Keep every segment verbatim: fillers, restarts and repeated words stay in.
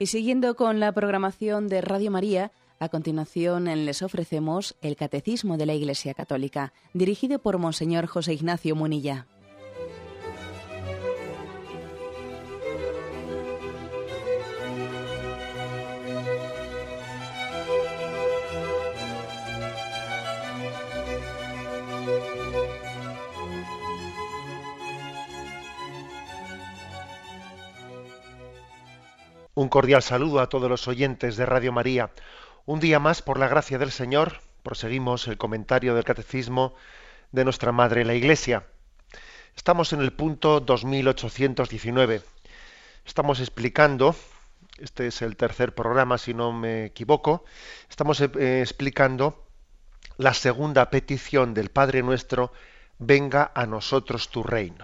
Y siguiendo con la programación de Radio María, a continuación les ofrecemos el Catecismo de la Iglesia Católica, dirigido por Monseñor José Ignacio Munilla. Un cordial saludo a todos los oyentes de Radio María. Un día más, por la gracia del Señor, proseguimos el comentario del Catecismo de nuestra Madre la Iglesia. Estamos en el punto dos mil ochocientos diecinueve. Estamos explicando, este es el tercer programa si no me equivoco, estamos eh, explicando la segunda petición del Padre Nuestro: venga a nosotros tu reino.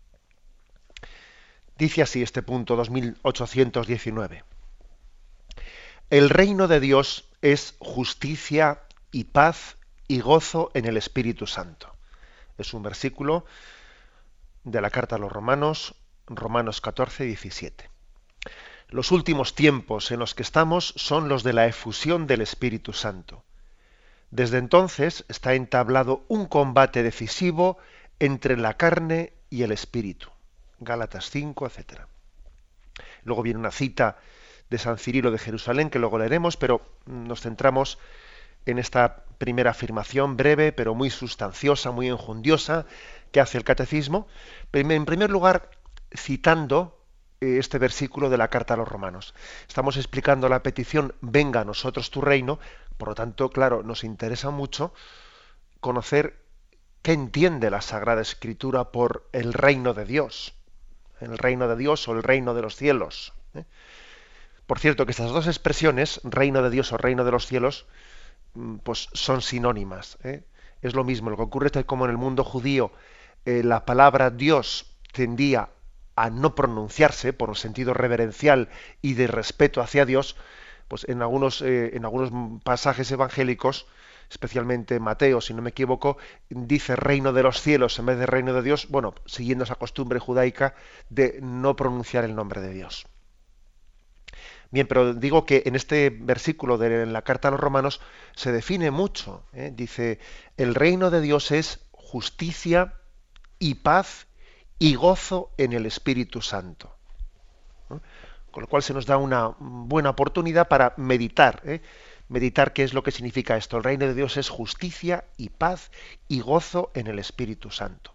Dice así este punto dos mil ochocientos diecinueve. El reino de Dios es justicia y paz y gozo en el Espíritu Santo. Es un versículo de la carta a los Romanos, Romanos catorce, diecisiete. Los últimos tiempos en los que estamos son los de la efusión del Espíritu Santo. Desde entonces está entablado un combate decisivo entre la carne y el Espíritu. Gálatas cinco, etcétera. Luego viene una cita de San Cirilo de Jerusalén que luego leeremos, pero nos centramos en esta primera afirmación breve, pero muy sustanciosa, muy enjundiosa, que hace el Catecismo. En primer lugar, citando este versículo de la carta a los Romanos. Estamos explicando la petición: venga a nosotros tu reino. Por lo tanto, claro, nos interesa mucho conocer qué entiende la Sagrada Escritura por el reino de Dios. El reino de Dios o el reino de los cielos. ¿eh? Por cierto, que estas dos expresiones, reino de Dios o reino de los cielos, pues son sinónimas. ¿eh? Es lo mismo. Lo que ocurre es que como en el mundo judío eh, la palabra Dios tendía a no pronunciarse por un sentido reverencial y de respeto hacia Dios, pues en algunos, eh, en algunos pasajes evangélicos, especialmente Mateo, si no me equivoco, dice reino de los cielos en vez de reino de Dios, bueno, siguiendo esa costumbre judaica de no pronunciar el nombre de Dios. Bien, pero digo que en este versículo de la carta a los Romanos se define mucho. ¿eh? Dice, el reino de Dios es justicia y paz y gozo en el Espíritu Santo. ¿eh? Con lo cual se nos da una buena oportunidad para meditar, ¿eh? meditar qué es lo que significa esto. El reino de Dios es justicia y paz y gozo en el Espíritu Santo.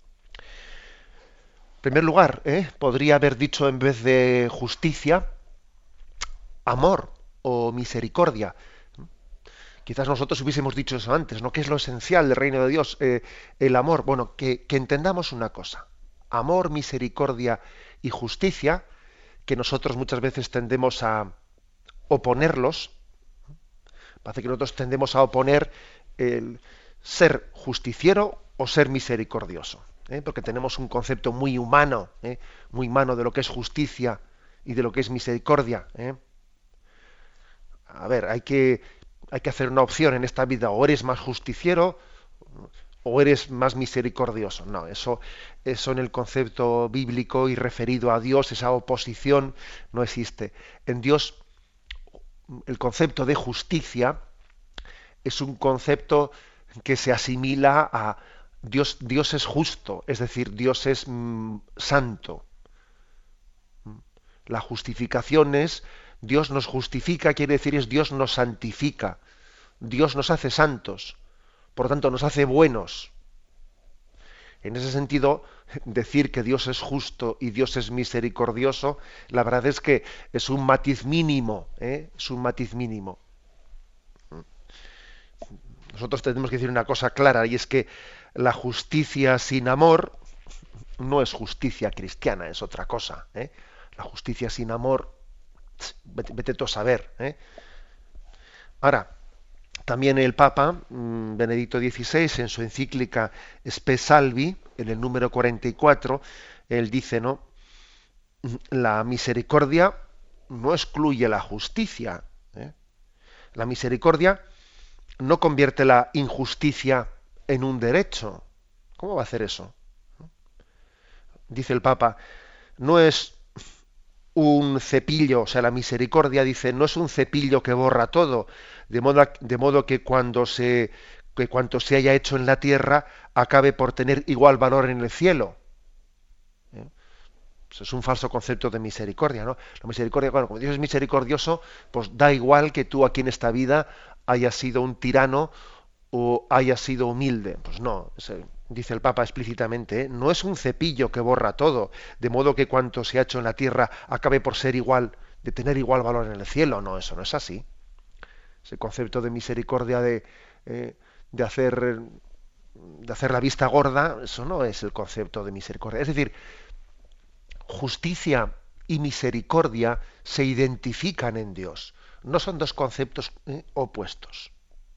En primer lugar, ¿eh? podría haber dicho en vez de justicia, amor o misericordia. Quizás nosotros hubiésemos dicho eso antes, ¿no? ¿Qué es lo esencial del reino de Dios? Eh, el amor. Bueno, que, que entendamos una cosa. Amor, misericordia y justicia, que nosotros muchas veces tendemos a oponerlos. Parece que nosotros tendemos a oponer el ser justiciero o ser misericordioso, ¿eh? porque tenemos un concepto muy humano, ¿eh? muy humano de lo que es justicia y de lo que es misericordia. ¿eh? A ver, hay que, hay que hacer una opción en esta vida: o eres más justiciero o eres más misericordioso. No, eso, eso en el concepto bíblico y referido a Dios, esa oposición no existe. En Dios, el concepto de justicia es un concepto que se asimila a Dios. Dios es justo, es decir, Dios es mm, santo. La justificación es Dios nos justifica, quiere decir es Dios nos santifica. Dios nos hace santos, por lo tanto nos hace buenos. En ese sentido, decir que Dios es justo y Dios es misericordioso, la verdad es que es un matiz mínimo, ¿eh? es un matiz mínimo. Nosotros tenemos que decir una cosa clara, y es que la justicia sin amor no es justicia cristiana, es otra cosa. ¿eh? La justicia sin amor, vete, vete tú a saber. ¿eh? Ahora, también el Papa, mmm, Benedicto dieciséis, en su encíclica Spe Salvi, en el número cuarenta y cuatro, él dice, ¿no? La misericordia no excluye la justicia. ¿eh? La misericordia no convierte la injusticia en un derecho. ¿Cómo va a hacer eso? Dice el Papa, no es un cepillo, o sea, la misericordia, dice, no es un cepillo que borra todo, de modo, de modo que cuando se que cuanto se haya hecho en la tierra acabe por tener igual valor en el cielo. ¿Eh? Eso es un falso concepto de misericordia, ¿no? La misericordia, bueno, como Dios es misericordioso, pues da igual que tú aquí en esta vida hayas sido un tirano o hayas sido humilde. Pues no, ese- dice el Papa explícitamente, ¿eh? No es un cepillo que borra todo, de modo que cuanto se ha hecho en la tierra acabe por ser igual, de tener igual valor en el cielo. No, eso no es así. Ese concepto de misericordia de, eh, de hacer de hacer la vista gorda, eso no es el concepto de misericordia. Es decir, justicia y misericordia se identifican en Dios. No son dos conceptos eh, opuestos.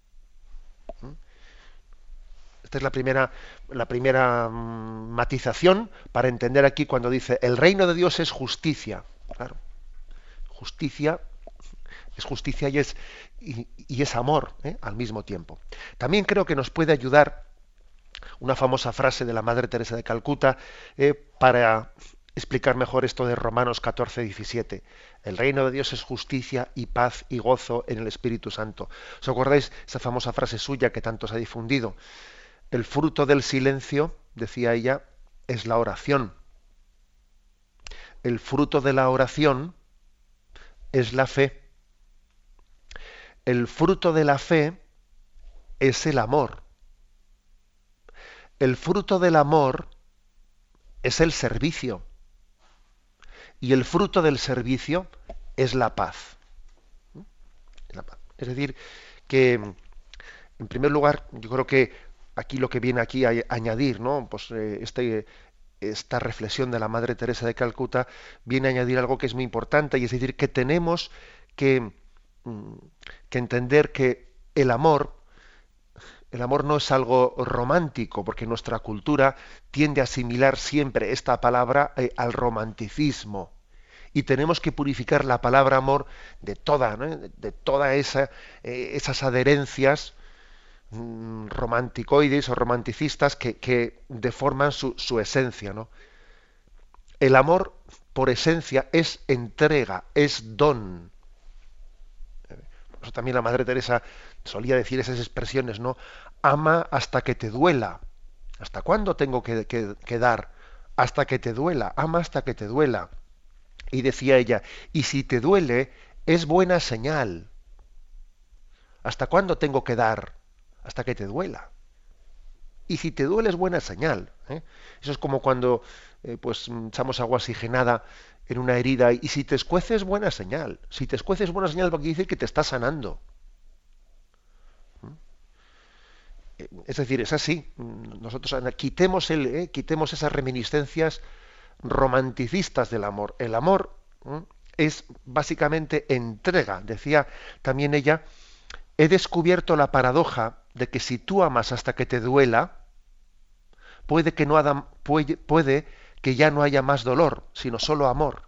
Esta es la primera, la primera mm, matización para entender aquí cuando dice el reino de Dios es justicia. Claro, justicia es justicia y es, y, y es amor, ¿eh? Al mismo tiempo. También creo que nos puede ayudar una famosa frase de la Madre Teresa de Calcuta eh, para explicar mejor esto de Romanos catorce, diecisiete. El reino de Dios es justicia y paz y gozo en el Espíritu Santo. ¿Os acordáis esa famosa frase suya que tanto se ha difundido? El fruto del silencio, decía ella, es la oración. El fruto de la oración es la fe. El fruto de la fe es el amor. El fruto del amor es el servicio. Y el fruto del servicio es la paz. La paz. Es decir, que en primer lugar, yo creo que aquí lo que viene aquí a añadir, ¿no? Pues eh, este, esta reflexión de la Madre Teresa de Calcuta viene a añadir algo que es muy importante, y es decir, que tenemos que, mm, que entender que el amor, el amor no es algo romántico, porque nuestra cultura tiende a asimilar siempre esta palabra eh, al romanticismo. Y tenemos que purificar la palabra amor de toda, ¿no? de, de todas esa, eh, esas adherencias mm, romanticoides o romanticistas que, que deforman su, su esencia, ¿no? El amor, por esencia, es entrega, es don. Por eso también la Madre Teresa solía decir esas expresiones, ¿no? Ama hasta que te duela. ¿Hasta cuándo tengo que, que, que dar? Hasta que te duela. Ama hasta que te duela. Y decía ella, y si te duele, es buena señal. ¿Hasta cuándo tengo que dar? Hasta que te duela. Y si te duele es buena señal. ¿eh? Eso es como cuando eh, pues echamos agua oxigenada en una herida, y si te escuece es buena señal. Si te escuece es buena señal porque quiere decir que te está sanando. Eh, Es decir, es así. Nosotros ana- quitemos, el, eh, quitemos esas reminiscencias romanticistas del amor. El amor ¿eh? es básicamente entrega. Decía también ella, he descubierto la paradoja de que si tú amas hasta que te duela, puede que no hada- puede, puede que ya no haya más dolor, sino solo amor.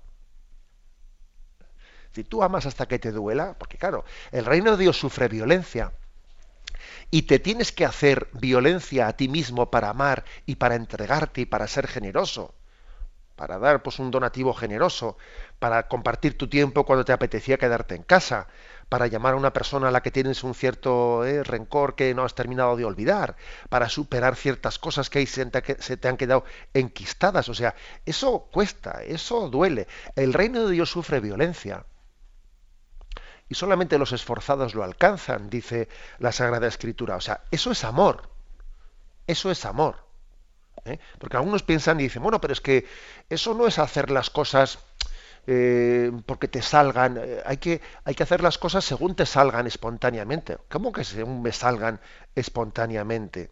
Si tú amas hasta que te duela, porque claro, el reino de Dios sufre violencia y te tienes que hacer violencia a ti mismo para amar y para entregarte y para ser generoso, para dar pues un donativo generoso, para compartir tu tiempo cuando te apetecía quedarte en casa, para llamar a una persona a la que tienes un cierto eh, rencor que no has terminado de olvidar, para superar ciertas cosas que ahí se te, se te han quedado enquistadas. O sea, eso cuesta, eso duele. El reino de Dios sufre violencia. Y solamente los esforzados lo alcanzan, dice la Sagrada Escritura. O sea, eso es amor. Eso es amor. ¿eh? Porque algunos piensan y dicen, bueno, pero es que eso no es hacer las cosas eh, porque te salgan. eh, hay que, hay que hacer las cosas según te salgan espontáneamente. ¿Cómo que según me salgan espontáneamente?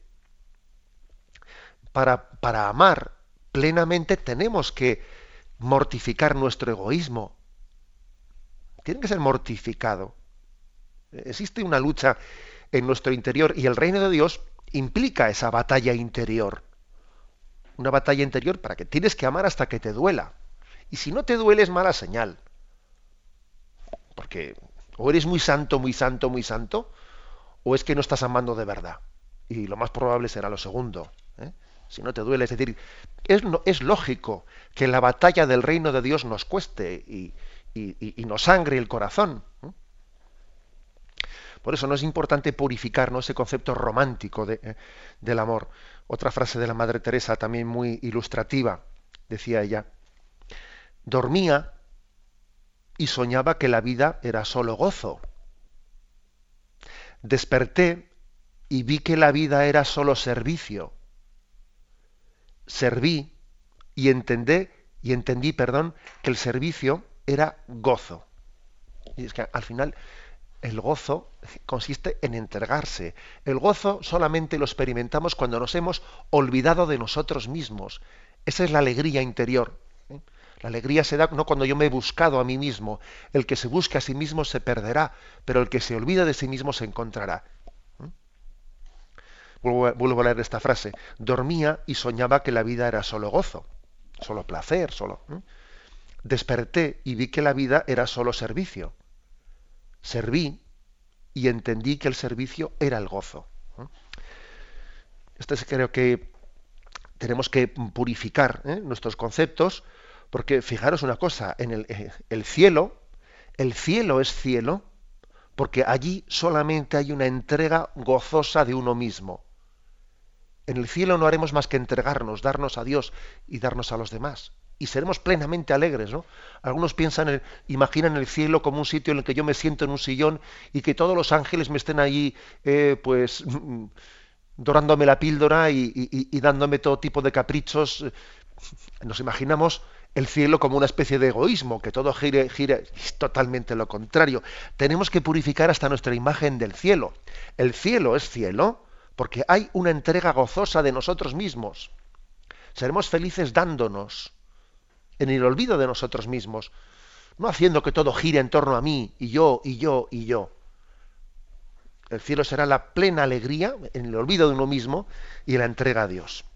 Para, para amar plenamente tenemos que mortificar nuestro egoísmo. Tiene que ser mortificado. Existe una lucha en nuestro interior y el reino de Dios implica esa batalla interior. Una batalla interior para que tienes que amar hasta que te duela. Y si no te duele es mala señal. Porque o eres muy santo, muy santo, muy santo, o es que no estás amando de verdad. Y lo más probable será lo segundo. ¿eh? si no te duele. Es decir, es, no- es lógico que la batalla del reino de Dios nos cueste y, y- y- y nos sangre el corazón. ¿eh? Por eso no es importante purificar, ¿no?, ese concepto romántico de, eh, del amor. Otra frase de la Madre Teresa, también muy ilustrativa, decía ella: dormía y soñaba que la vida era solo gozo. Desperté y vi que la vida era solo servicio. Serví y entendí, y entendí, perdón, que el servicio era gozo. Y es que al final el gozo consiste en entregarse. El gozo solamente lo experimentamos cuando nos hemos olvidado de nosotros mismos. Esa es la alegría interior. ¿eh? La alegría se da no cuando yo me he buscado a mí mismo. El que se busca a sí mismo se perderá, pero el que se olvida de sí mismo se encontrará. ¿eh? Vuelvo, a- vuelvo a leer esta frase. Dormía y soñaba que la vida era solo gozo, solo placer, solo. ¿eh? Desperté y vi que la vida era solo servicio. Serví y entendí que el servicio era el gozo. ¿eh? Esto es, creo que tenemos que purificar, ¿eh?, nuestros conceptos, porque fijaros una cosa, en el, eh, el cielo, el cielo es cielo, porque allí solamente hay una entrega gozosa de uno mismo. En el cielo no haremos más que entregarnos, darnos a Dios y darnos a los demás. Y seremos plenamente alegres, ¿no? Algunos piensan, el- imaginan el cielo como un sitio en el que yo me siento en un sillón y que todos los ángeles me estén allí, eh, pues, dorándome la píldora y, y- y dándome todo tipo de caprichos. Nos imaginamos el cielo como una especie de egoísmo, que todo gire, gire, es totalmente lo contrario. Tenemos que purificar hasta nuestra imagen del cielo. El cielo es cielo porque hay una entrega gozosa de nosotros mismos. Seremos felices dándonos, en el olvido de nosotros mismos, no haciendo que todo gire en torno a mí, y yo, y yo, y yo. El cielo será la plena alegría en el olvido de uno mismo y la entrega a Dios.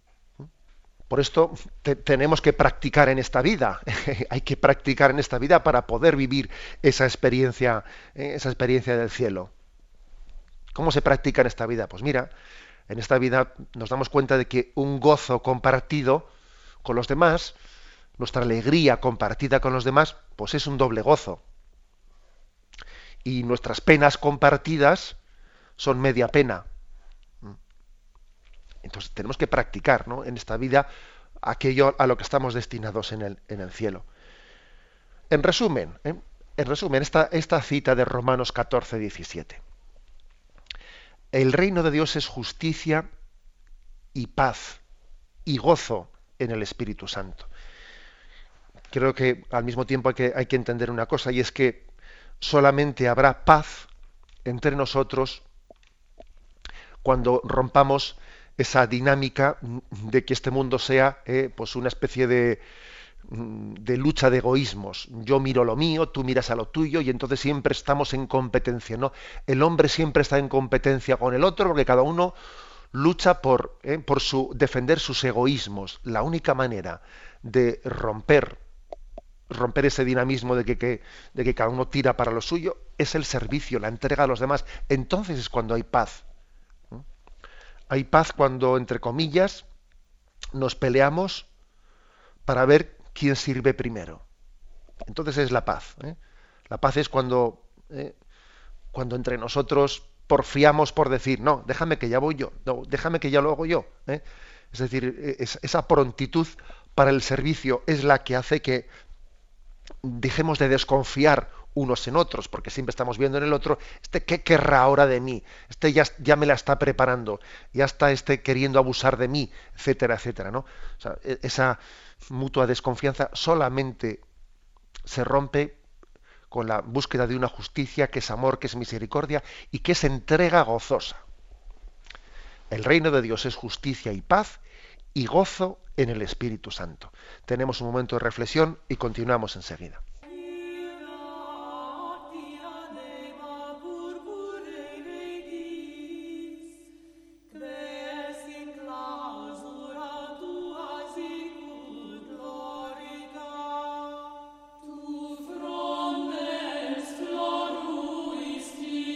Por esto te- tenemos que practicar en esta vida. Hay que practicar en esta vida para poder vivir esa experiencia, eh, esa experiencia del cielo. ¿Cómo se practica en esta vida? Pues mira, en esta vida nos damos cuenta de que un gozo compartido con los demás, nuestra alegría compartida con los demás, pues es un doble gozo. Y nuestras penas compartidas son media pena. Entonces tenemos que practicar, ¿no?, en esta vida aquello a lo que estamos destinados en el, en el cielo. En resumen, ¿eh? en resumen, esta, esta cita de Romanos catorce, diecisiete. El reino de Dios es justicia y paz y gozo en el Espíritu Santo. Creo que al mismo tiempo hay que, hay que entender una cosa, y es que solamente habrá paz entre nosotros cuando rompamos esa dinámica de que este mundo sea eh, pues una especie de, de lucha de egoísmos. Yo miro lo mío, tú miras a lo tuyo, y entonces siempre estamos en competencia, ¿no? El hombre siempre está en competencia con el otro porque cada uno lucha por, eh, por su, defender sus egoísmos. La única manera de romper romper ese dinamismo de que, que- de que cada uno tira para lo suyo es el servicio, la entrega a los demás. Entonces es cuando hay paz. Hay paz cuando, entre comillas, nos peleamos para ver quién sirve primero. Entonces es la paz. ¿eh? La paz es cuando, eh, cuando entre nosotros porfiamos por decir, no, déjame que ya voy yo, no, déjame que ya lo hago yo. ¿eh? Es decir, eh, es- esa prontitud para el servicio es la que hace que dejemos de desconfiar unos en otros, porque siempre estamos viendo en el otro, este qué querrá ahora de mí, este ya, ya me la está preparando, ya está este queriendo abusar de mí, etcétera, etcétera, ¿no? O sea, e- esa mutua desconfianza solamente se rompe con la búsqueda de una justicia que es amor, que es misericordia y que es entrega gozosa. El reino de Dios es justicia y paz y gozo en el Espíritu Santo. Tenemos un momento de reflexión y continuamos enseguida.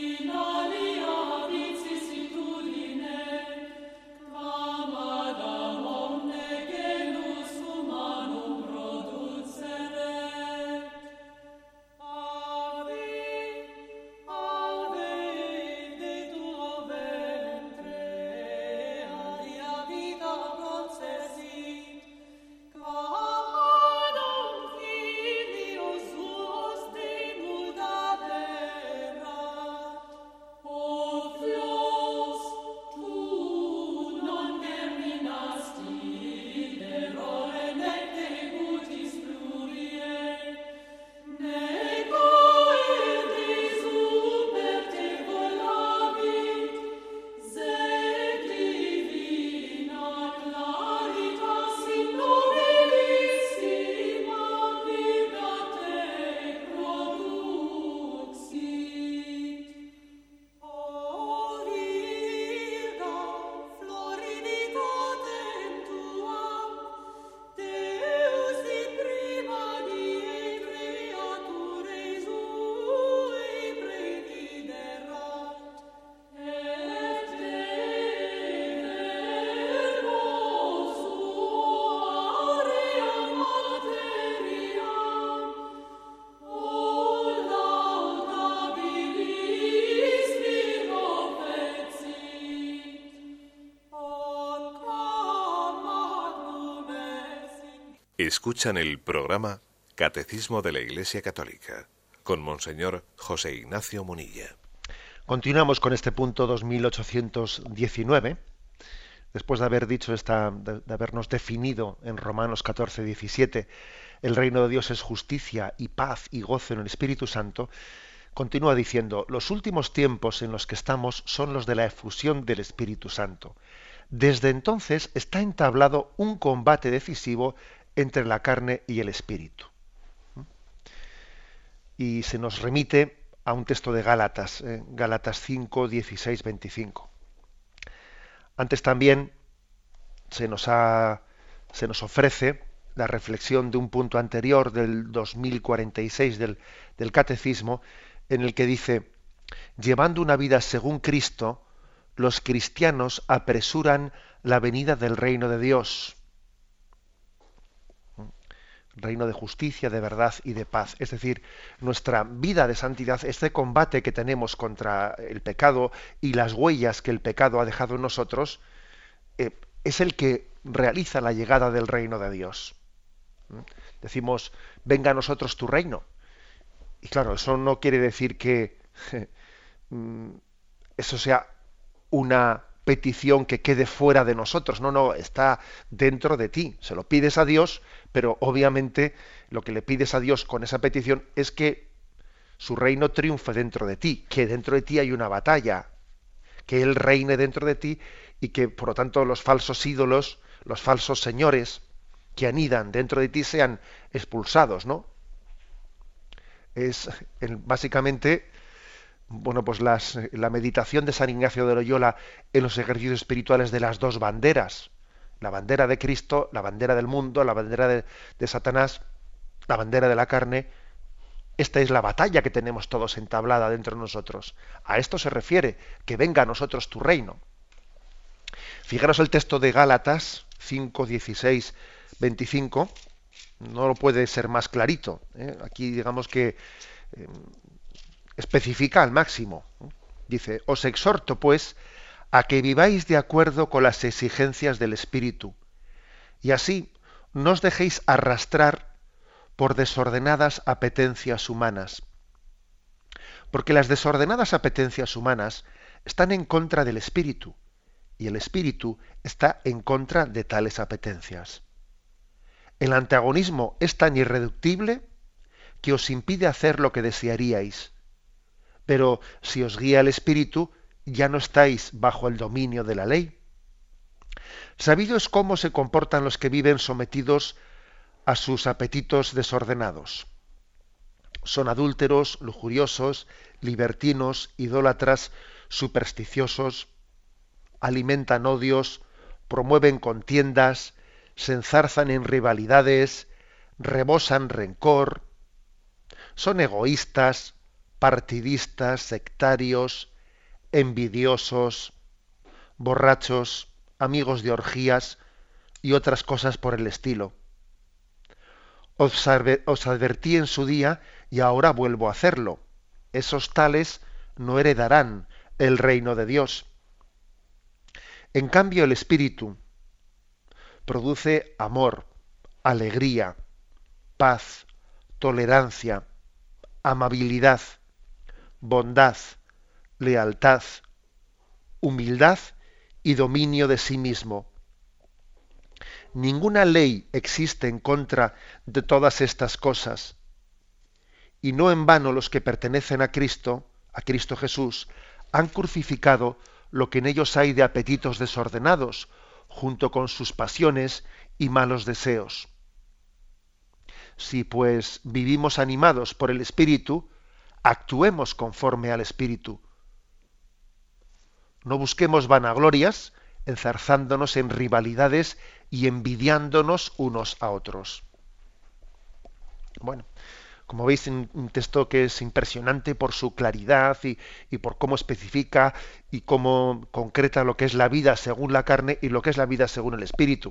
Amada Escuchan el programa Catecismo de la Iglesia Católica con Monseñor José Ignacio Munilla. Continuamos con este punto dos mil ochocientos diecinueve, después de haber dicho esta, de, de habernos definido en Romanos catorce, diecisiete, el reino de Dios es justicia y paz y gozo en el Espíritu Santo. Continúa diciendo: los últimos tiempos en los que estamos son los de la efusión del Espíritu Santo. Desde entonces está entablado un combate decisivo entre la carne y el espíritu. Y se nos remite a un texto de Gálatas, eh, Gálatas cinco, dieciséis, veinticinco. Antes también se nos, ha, se nos ofrece la reflexión de un punto anterior del dos mil cuarenta y seis del, del Catecismo, en el que dice: llevando una vida según Cristo, los cristianos apresuran la venida del reino de Dios. Reino de justicia, de verdad y de paz. Es decir, nuestra vida de santidad, este combate que tenemos contra el pecado y las huellas que el pecado ha dejado en nosotros, eh, es el que realiza la llegada del reino de Dios. ¿Mm? Decimos: venga a nosotros tu reino. Y claro, eso no quiere decir que eso sea una petición que quede fuera de nosotros. No, no, está dentro de ti. Se lo pides a Dios, pero obviamente lo que le pides a Dios con esa petición es que su reino triunfe dentro de ti, que dentro de ti hay una batalla, que Él reine dentro de ti y que, por lo tanto, los falsos ídolos, los falsos señores que anidan dentro de ti sean expulsados, ¿no? Es el, básicamente... Bueno, pues las, la meditación de San Ignacio de Loyola en los ejercicios espirituales de las dos banderas, la bandera de Cristo, la bandera del mundo, la bandera de, de Satanás, la bandera de la carne. Esta es la batalla que tenemos todos entablada dentro de nosotros. A esto se refiere, que venga a nosotros tu reino. Fijaros el texto de Gálatas cinco, dieciséis, veinticinco, no lo puede ser más clarito, ¿eh? Aquí digamos que eh, especifica al máximo. Dice: os exhorto, pues, a que viváis de acuerdo con las exigencias del Espíritu, y así no os dejéis arrastrar por desordenadas apetencias humanas. Porque las desordenadas apetencias humanas están en contra del Espíritu, y el Espíritu está en contra de tales apetencias. El antagonismo es tan irreductible que os impide hacer lo que desearíais. Pero si os guía el Espíritu, ya no estáis bajo el dominio de la ley. Sabido es cómo se comportan los que viven sometidos a sus apetitos desordenados. Son adúlteros, lujuriosos, libertinos, idólatras, supersticiosos, alimentan odios, promueven contiendas, se enzarzan en rivalidades, rebosan rencor, son egoístas, partidistas, sectarios, envidiosos, borrachos, amigos de orgías y otras cosas por el estilo. Os, os advertí en su día y ahora vuelvo a hacerlo. Esos tales no heredarán el reino de Dios. En cambio, el Espíritu produce amor, alegría, paz, tolerancia, amabilidad, bondad, lealtad, humildad y dominio de sí mismo. Ninguna ley existe en contra de todas estas cosas, y no en vano los que pertenecen a Cristo, a Cristo Jesús, han crucificado lo que en ellos hay de apetitos desordenados, junto con sus pasiones y malos deseos. Si pues vivimos animados por el Espíritu, actuemos conforme al Espíritu. No busquemos vanaglorias, enzarzándonos en rivalidades y envidiándonos unos a otros. Bueno, como veis, un texto que es impresionante por su claridad y, y por cómo especifica y cómo concreta lo que es la vida según la carne y lo que es la vida según el Espíritu.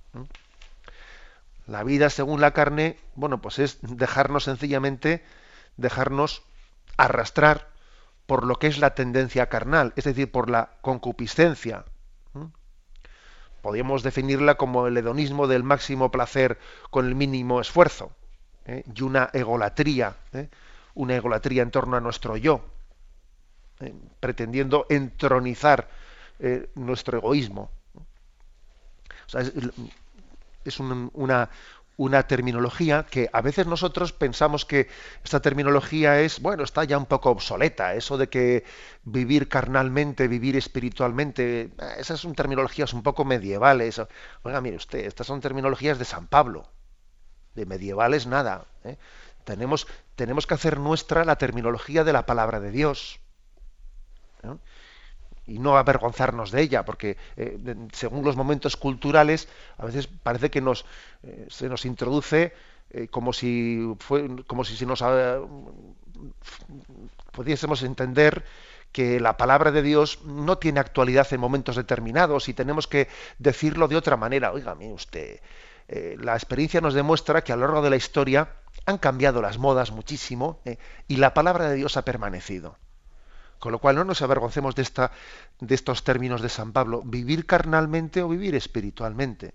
La vida según la carne, bueno, pues es dejarnos sencillamente, dejarnos arrastrar por lo que es la tendencia carnal, es decir, por la concupiscencia, ¿Mm? podríamos definirla como el hedonismo del máximo placer con el mínimo esfuerzo, ¿eh? Y una egolatría, ¿eh? una egolatría en torno a nuestro yo, ¿eh? pretendiendo entronizar eh, nuestro egoísmo. O sea, es, es un, una, una terminología que a veces nosotros pensamos que esta terminología es, bueno, está ya un poco obsoleta, eso de que vivir carnalmente, vivir espiritualmente, esas son terminologías un poco medievales. Oiga, mire usted, estas son terminologías de San Pablo, de medievales nada, ¿eh? Tenemos, tenemos que hacer nuestra la terminología de la palabra de Dios, ¿no? Y no avergonzarnos de ella, porque eh, según los momentos culturales, a veces parece que nos eh, se nos introduce eh, como si fue, como si se nos eh, pudiésemos entender que la palabra de Dios no tiene actualidad en momentos determinados y tenemos que decirlo de otra manera. Oiga, mire usted, eh, la experiencia nos demuestra que a lo largo de la historia han cambiado las modas muchísimo, eh, y la palabra de Dios ha permanecido. Con lo cual no nos avergoncemos de, esta, de estos términos de San Pablo, vivir carnalmente o vivir espiritualmente.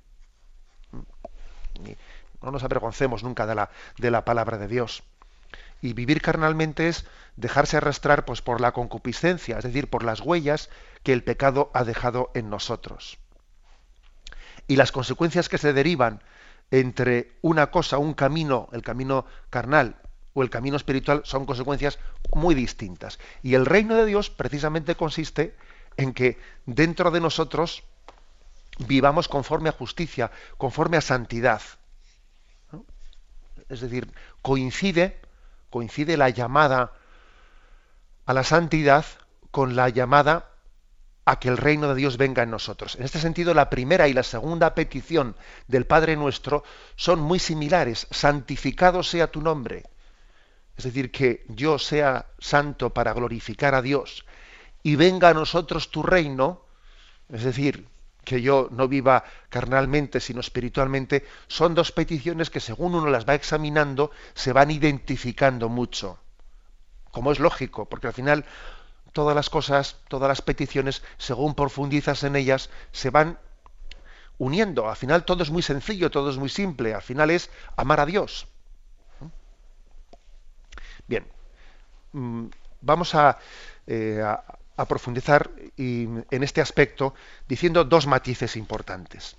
No nos avergoncemos nunca de la, de la palabra de Dios. Y vivir carnalmente es dejarse arrastrar pues, por la concupiscencia, es decir, por las huellas que el pecado ha dejado en nosotros. Y las consecuencias que se derivan entre una cosa, un camino, el camino carnal, o el camino espiritual, son consecuencias muy distintas. Y el reino de Dios precisamente consiste en que dentro de nosotros vivamos conforme a justicia, conforme a santidad, ¿no? Es decir, coincide, coincide la llamada a la santidad con la llamada a que el reino de Dios venga en nosotros. En este sentido, la primera y la segunda petición del Padre Nuestro son muy similares. Santificado sea tu nombre. Es decir, que yo sea santo para glorificar a Dios y venga a nosotros tu reino, es decir, que yo no viva carnalmente sino espiritualmente, son dos peticiones que según uno las va examinando se van identificando mucho. Como es lógico, porque al final todas las cosas, todas las peticiones, según profundizas en ellas, se van uniendo. Al final todo es muy sencillo, todo es muy simple. Al final es amar a Dios. Bien, vamos a, eh, a, a profundizar y, en este aspecto diciendo dos matices importantes.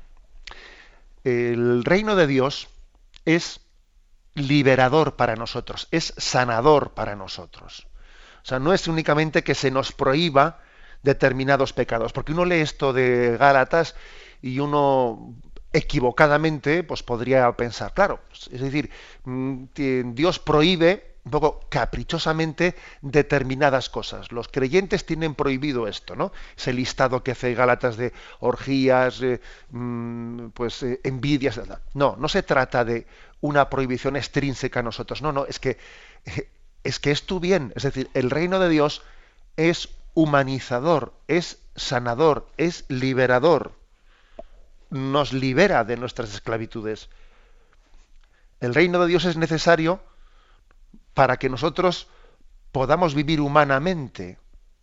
El reino de Dios es liberador para nosotros, es sanador para nosotros. O sea, no es únicamente que se nos prohíba determinados pecados, porque uno lee esto de Gálatas y uno equivocadamente pues podría pensar, claro, es decir, Dios prohíbe un poco caprichosamente determinadas cosas. Los creyentes tienen prohibido esto, ¿no? Ese listado que hace Gálatas de orgías, eh, pues eh, envidias. No, no se trata de una prohibición extrínseca a nosotros. No, no, es que eh, es que es tu bien. Es decir, el reino de Dios es humanizador, es sanador, es liberador. Nos libera de nuestras esclavitudes. El reino de Dios es necesario para que nosotros podamos vivir humanamente,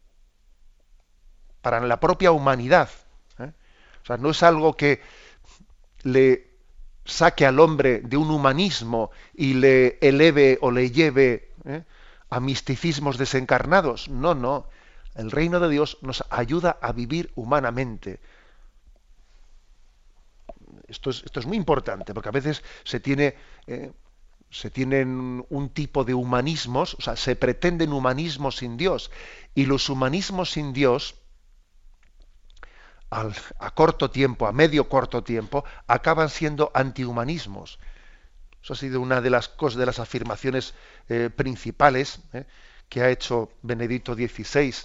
para la propia humanidad, ¿eh? O sea, no es algo que le saque al hombre de un humanismo y le eleve o le lleve ¿eh? a misticismos desencarnados. No, no. El reino de Dios nos ayuda a vivir humanamente. Esto es, esto es muy importante, porque a veces se tiene... Eh, se tienen un tipo de humanismos, o sea, se pretenden humanismos sin Dios, y los humanismos sin Dios, al, a corto tiempo, a medio corto tiempo, acaban siendo antihumanismos. Eso ha sido una de las cosas, de las afirmaciones eh, principales eh, que ha hecho Benedicto dieciséis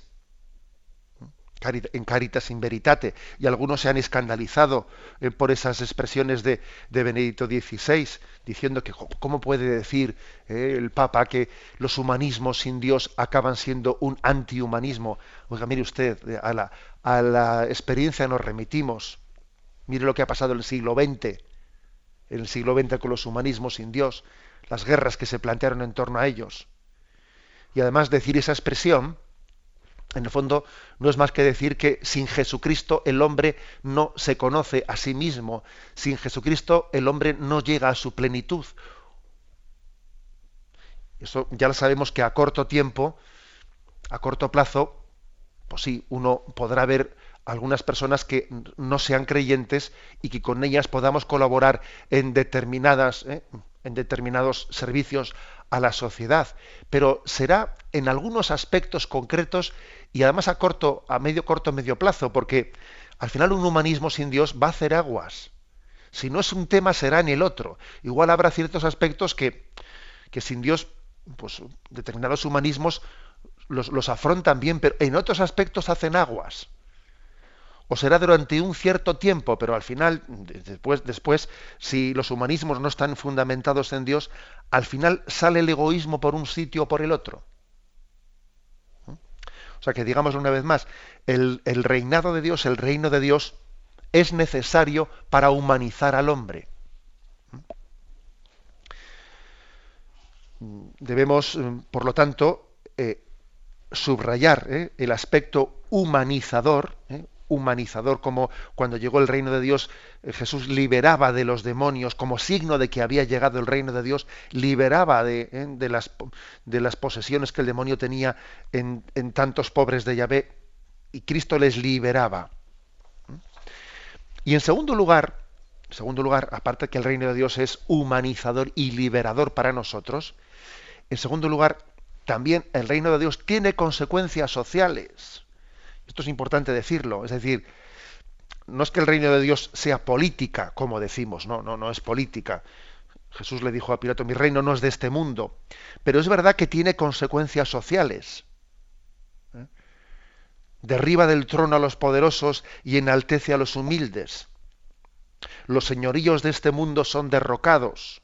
en Caritas in Veritate, y algunos se han escandalizado eh, por esas expresiones de, de Benedicto dieciséis, diciendo que cómo puede decir eh, el Papa que los humanismos sin Dios acaban siendo un antihumanismo. Oiga, mire usted, a la, a la experiencia nos remitimos. Mire lo que ha pasado en el siglo veinte, en el siglo veinte con los humanismos sin Dios, las guerras que se plantearon en torno a ellos. Y además decir esa expresión en el fondo no es más que decir que sin Jesucristo el hombre no se conoce a sí mismo. Sin Jesucristo el hombre no llega a su plenitud. Eso ya lo sabemos que a corto tiempo, a corto plazo, pues sí, uno podrá ver algunas personas que no sean creyentes y que con ellas podamos colaborar en determinadas, ¿eh? en determinados servicios a la sociedad, pero será en algunos aspectos concretos y además a corto, a medio corto, medio plazo, porque al final un humanismo sin Dios va a hacer aguas. Si no es un tema, será en el otro. Igual habrá ciertos aspectos que, que sin Dios, pues determinados humanismos los, los afrontan bien, pero en otros aspectos hacen aguas. O será durante un cierto tiempo, pero al final, después, después, si los humanismos no están fundamentados en Dios, al final sale el egoísmo por un sitio o por el otro. O sea que, digamos una vez más, el, el reinado de Dios, el reino de Dios, es necesario para humanizar al hombre. Debemos, por lo tanto, eh, subrayar eh, el aspecto humanizador, eh, humanizador, como cuando llegó el reino de Dios, eh, Jesús liberaba de los demonios, como signo de que había llegado el reino de Dios, liberaba de, eh, de, las, de las posesiones que el demonio tenía en, en tantos pobres de Yahvé, y Cristo les liberaba. Y en segundo lugar, en segundo lugar, aparte que el reino de Dios es humanizador y liberador para nosotros, en segundo lugar, también el reino de Dios tiene consecuencias sociales. Esto es importante decirlo. Es decir, no es que el reino de Dios sea política, como decimos, no, no, no es política. Jesús le dijo a Pilato, mi reino no es de este mundo. Pero es verdad que tiene consecuencias sociales. ¿Eh? Derriba del trono a los poderosos y enaltece a los humildes. Los señoríos de este mundo son derrocados.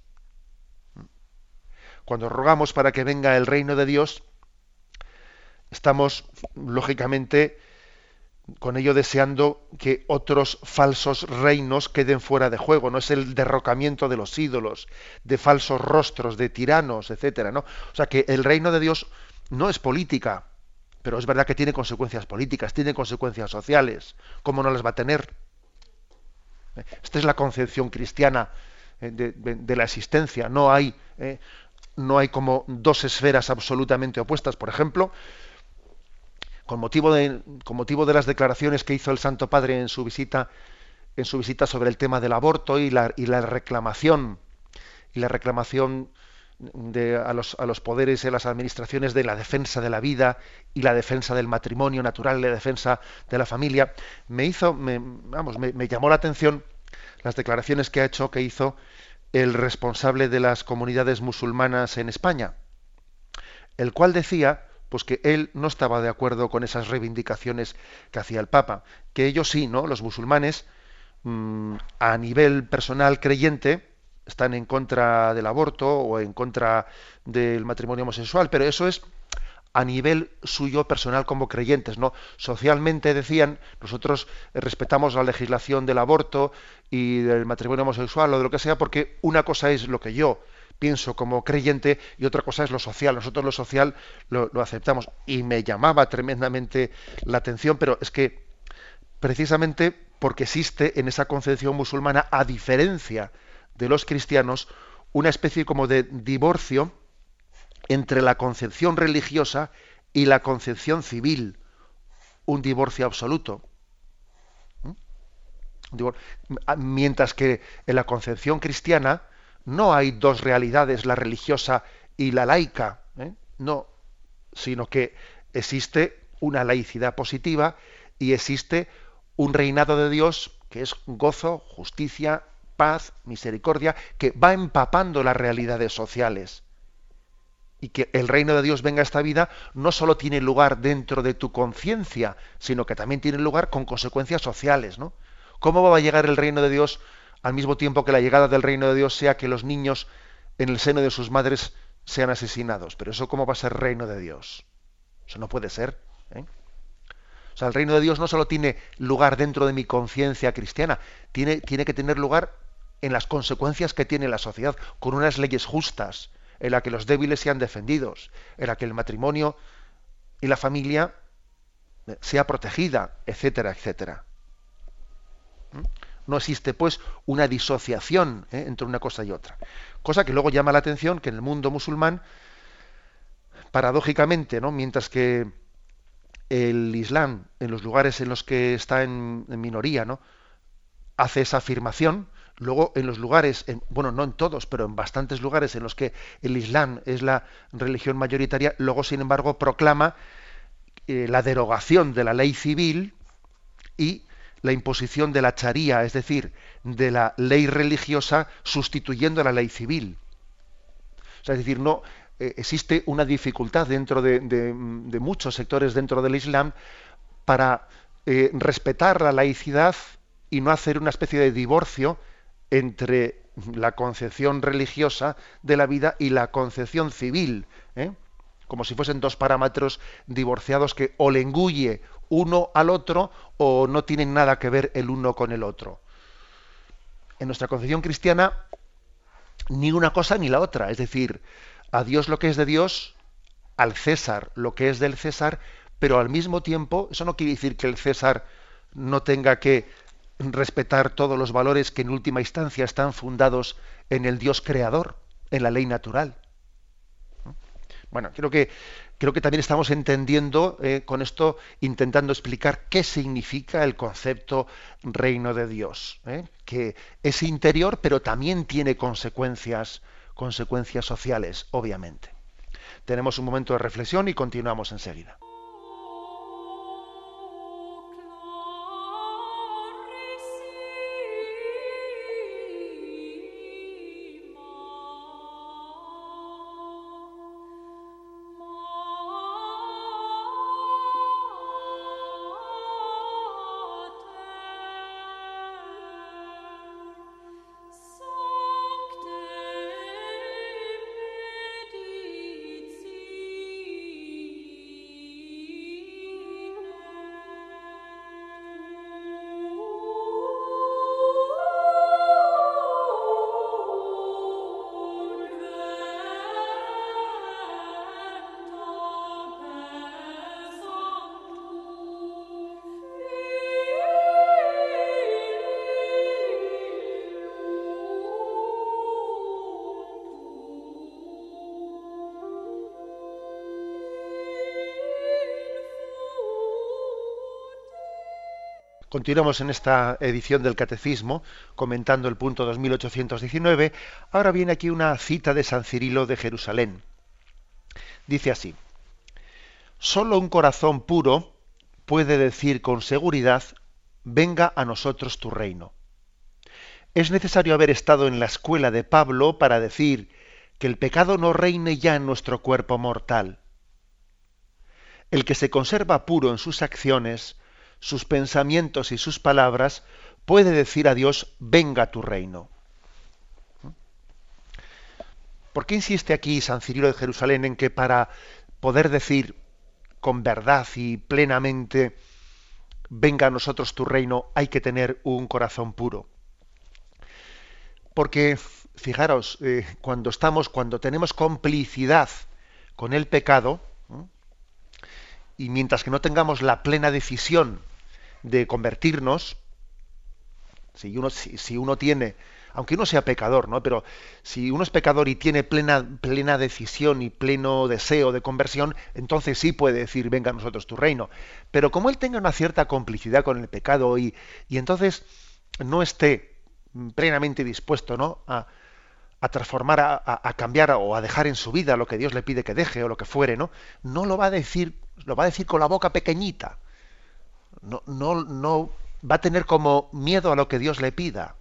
Cuando rogamos para que venga el reino de Dios, estamos, lógicamente, con ello deseando que otros falsos reinos queden fuera de juego. No es el derrocamiento de los ídolos, de falsos rostros, de tiranos, etcétera, ¿no? O sea que el reino de Dios no es política, pero es verdad que tiene consecuencias políticas, tiene consecuencias sociales. ¿Cómo no las va a tener? Esta es la concepción cristiana de, de, de la existencia. No hay, eh, no hay como dos esferas absolutamente opuestas. Por ejemplo, con motivo de, con motivo de las declaraciones que hizo el Santo Padre en su visita, en su visita sobre el tema del aborto y la, y la reclamación y la reclamación de, a, los, a los poderes y a las administraciones de la defensa de la vida y la defensa del matrimonio natural, la defensa de la familia, me hizo, me, vamos, me, me llamó la atención las declaraciones que ha hecho, que hizo el responsable de las comunidades musulmanas en España, el cual decía pues que él no estaba de acuerdo con esas reivindicaciones que hacía el Papa, que ellos sí, ¿no? Los musulmanes, mmm, a nivel personal creyente, están en contra del aborto o en contra del matrimonio homosexual, pero eso es a nivel suyo personal como creyentes, ¿no? Socialmente decían, nosotros respetamos la legislación del aborto y del matrimonio homosexual o de lo que sea, porque una cosa es lo que yo pienso como creyente y otra cosa es lo social. Nosotros lo social lo, lo aceptamos. Y me llamaba tremendamente la atención, pero es que precisamente porque existe en esa concepción musulmana, a diferencia de los cristianos, una especie como de divorcio entre la concepción religiosa y la concepción civil, un divorcio absoluto. ¿Mm? Mientras que en la concepción cristiana no hay dos realidades, la religiosa y la laica, ¿eh? No, sino que existe una laicidad positiva y existe un reinado de Dios que es gozo, justicia, paz, misericordia, que va empapando las realidades sociales. Y que el reino de Dios venga a esta vida no solo tiene lugar dentro de tu conciencia, sino que también tiene lugar con consecuencias sociales, ¿no? ¿Cómo va a llegar el reino de Dios al mismo tiempo que la llegada del reino de Dios sea que los niños en el seno de sus madres sean asesinados? Pero eso, ¿cómo va a ser reino de Dios? Eso no puede ser, ¿eh? O sea, el reino de Dios no solo tiene lugar dentro de mi conciencia cristiana, tiene, tiene que tener lugar en las consecuencias que tiene la sociedad, con unas leyes justas, en la que los débiles sean defendidos, en la que el matrimonio y la familia sea protegida, etcétera, etcétera. ¿Mm? No existe, pues, una disociación ¿eh? entre una cosa y otra. Cosa que luego llama la atención que en el mundo musulmán, paradójicamente, ¿no? Mientras que el Islam, en los lugares en los que está en, en minoría, ¿no? hace esa afirmación, luego en los lugares, en, bueno, no en todos, pero en bastantes lugares en los que el Islam es la religión mayoritaria, luego, sin embargo, proclama eh, la derogación de la ley civil y la imposición de la charía, es decir, de la ley religiosa sustituyendo a la ley civil. O sea, es decir, no eh, existe una dificultad dentro de, de, de muchos sectores dentro del Islam para eh, respetar la laicidad y no hacer una especie de divorcio entre la concepción religiosa de la vida y la concepción civil, ¿eh? como si fuesen dos parámetros divorciados que o le engulle uno al otro o no tienen nada que ver el uno con el otro. En nuestra concepción cristiana, ni una cosa ni la otra, es decir, a Dios lo que es de Dios, al César lo que es del César, pero al mismo tiempo, eso no quiere decir que el César no tenga que respetar todos los valores que en última instancia están fundados en el Dios creador, en la ley natural. Bueno, creo que creo que también estamos entendiendo eh, con esto, intentando explicar qué significa el concepto reino de Dios, ¿eh? que es interior, pero también tiene consecuencias, consecuencias sociales, obviamente. Tenemos un momento de reflexión y continuamos enseguida. Continuamos en esta edición del Catecismo, comentando el punto dos mil ochocientos diecinueve. Ahora viene aquí una cita de San Cirilo de Jerusalén. Dice así: solo un corazón puro puede decir con seguridad: venga a nosotros tu reino. Es necesario haber estado en la escuela de Pablo para decir que el pecado no reine ya en nuestro cuerpo mortal. El que se conserva puro en sus acciones, sus pensamientos y sus palabras, puede decir a Dios: venga tu reino. ¿Por qué insiste aquí San Cirilo de Jerusalén en que para poder decir con verdad y plenamente venga a nosotros tu reino hay que tener un corazón puro? Porque, fijaros, eh, cuando estamos, cuando tenemos complicidad con el pecado, ¿eh? y mientras que no tengamos la plena decisión de convertirnos, si uno, si, si uno tiene, aunque uno sea pecador, ¿no? Pero si uno es pecador y tiene plena, plena decisión y pleno deseo de conversión, entonces sí puede decir: venga a nosotros tu reino. Pero como él tenga una cierta complicidad con el pecado y, y entonces no esté plenamente dispuesto, ¿no? a, a transformar, a, a cambiar o a dejar en su vida lo que Dios le pide que deje o lo que fuere, ¿no? No lo va a decir, lo va a decir con la boca pequeñita. No, no, no va a tener como miedo a lo que Dios le pida.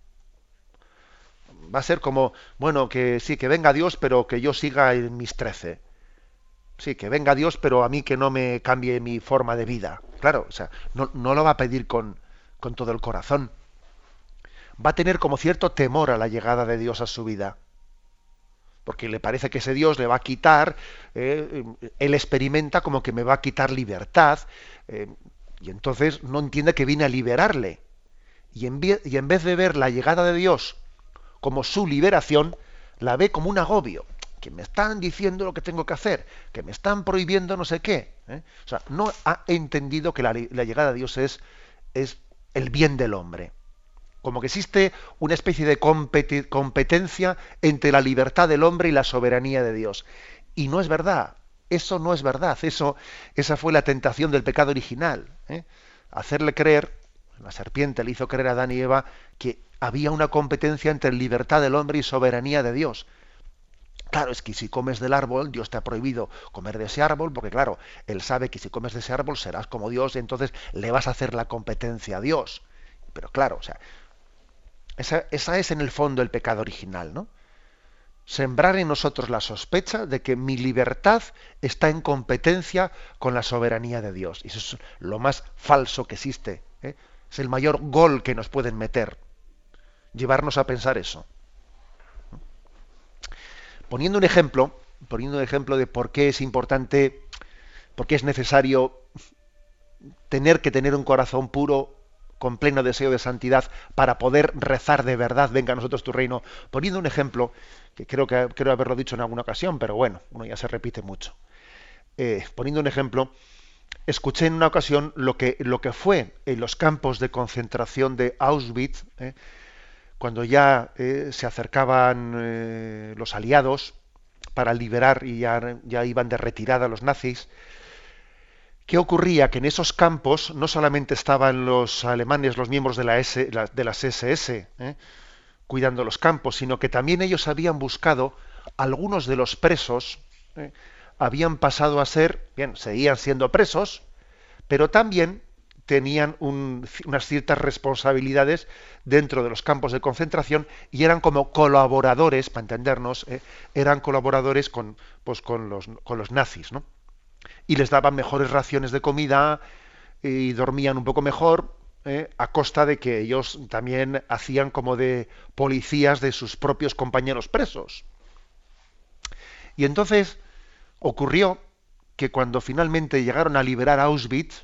Va a ser como, bueno, que sí, que venga Dios, pero que yo siga en mis trece. Sí, que venga Dios, pero a mí que no me cambie mi forma de vida. Claro, o sea, no, no lo va a pedir con, con todo el corazón. Va a tener como cierto temor a la llegada de Dios a su vida. Porque le parece que ese Dios le va a quitar, eh, él experimenta como que me va a quitar libertad, eh, y entonces no entiende que viene a liberarle. Y en, y en vez de ver la llegada de Dios como su liberación, la ve como un agobio. que me están diciendo lo que tengo que hacer, que me están prohibiendo no sé qué. ¿eh? O sea, no ha entendido que la, la llegada de Dios es, es el bien del hombre. Como que existe una especie de competi- competencia entre la libertad del hombre y la soberanía de Dios. Y no es verdad. Eso no es verdad. Eso, esa fue la tentación del pecado original. ¿eh? Hacerle creer, la serpiente le hizo creer a Adán y Eva que había una competencia entre libertad del hombre y soberanía de Dios. Claro, es que si comes del árbol, Dios te ha prohibido comer de ese árbol, porque claro, Él sabe que si comes de ese árbol serás como Dios, y entonces le vas a hacer la competencia a Dios. Pero claro, o sea, esa, esa es en el fondo el pecado original, ¿no? Sembrar en nosotros la sospecha de que mi libertad está en competencia con la soberanía de Dios. Y eso es lo más falso que existe. ¿eh? Es el mayor gol que nos pueden meter. Llevarnos a pensar eso. Poniendo un ejemplo, poniendo un ejemplo de por qué es importante, por qué es necesario tener que tener un corazón puro, con pleno deseo de santidad, para poder rezar de verdad, venga a nosotros tu reino. Poniendo un ejemplo, que creo que creo haberlo dicho en alguna ocasión, pero bueno, uno ya se repite mucho. Eh, poniendo un ejemplo, escuché en una ocasión lo que, lo que fue en los campos de concentración de Auschwitz, eh, cuando ya eh, se acercaban eh, los aliados para liberar y ya, ya iban de retirada los nazis. ¿Qué ocurría? Que en esos campos no solamente estaban los alemanes, los miembros de, la S, la, de las ese ese, ¿eh? cuidando los campos, sino que también ellos habían buscado, algunos de los presos ¿eh? habían pasado a ser, bien, seguían siendo presos, pero también tenían un, unas ciertas responsabilidades dentro de los campos de concentración y eran como colaboradores, para entendernos, ¿eh? eran colaboradores con, pues, con, los, con los nazis, ¿no? Y les daban mejores raciones de comida y dormían un poco mejor, ¿eh? a costa de que ellos también hacían como de policías de sus propios compañeros presos. Y entonces ocurrió que cuando finalmente llegaron a liberar Auschwitz,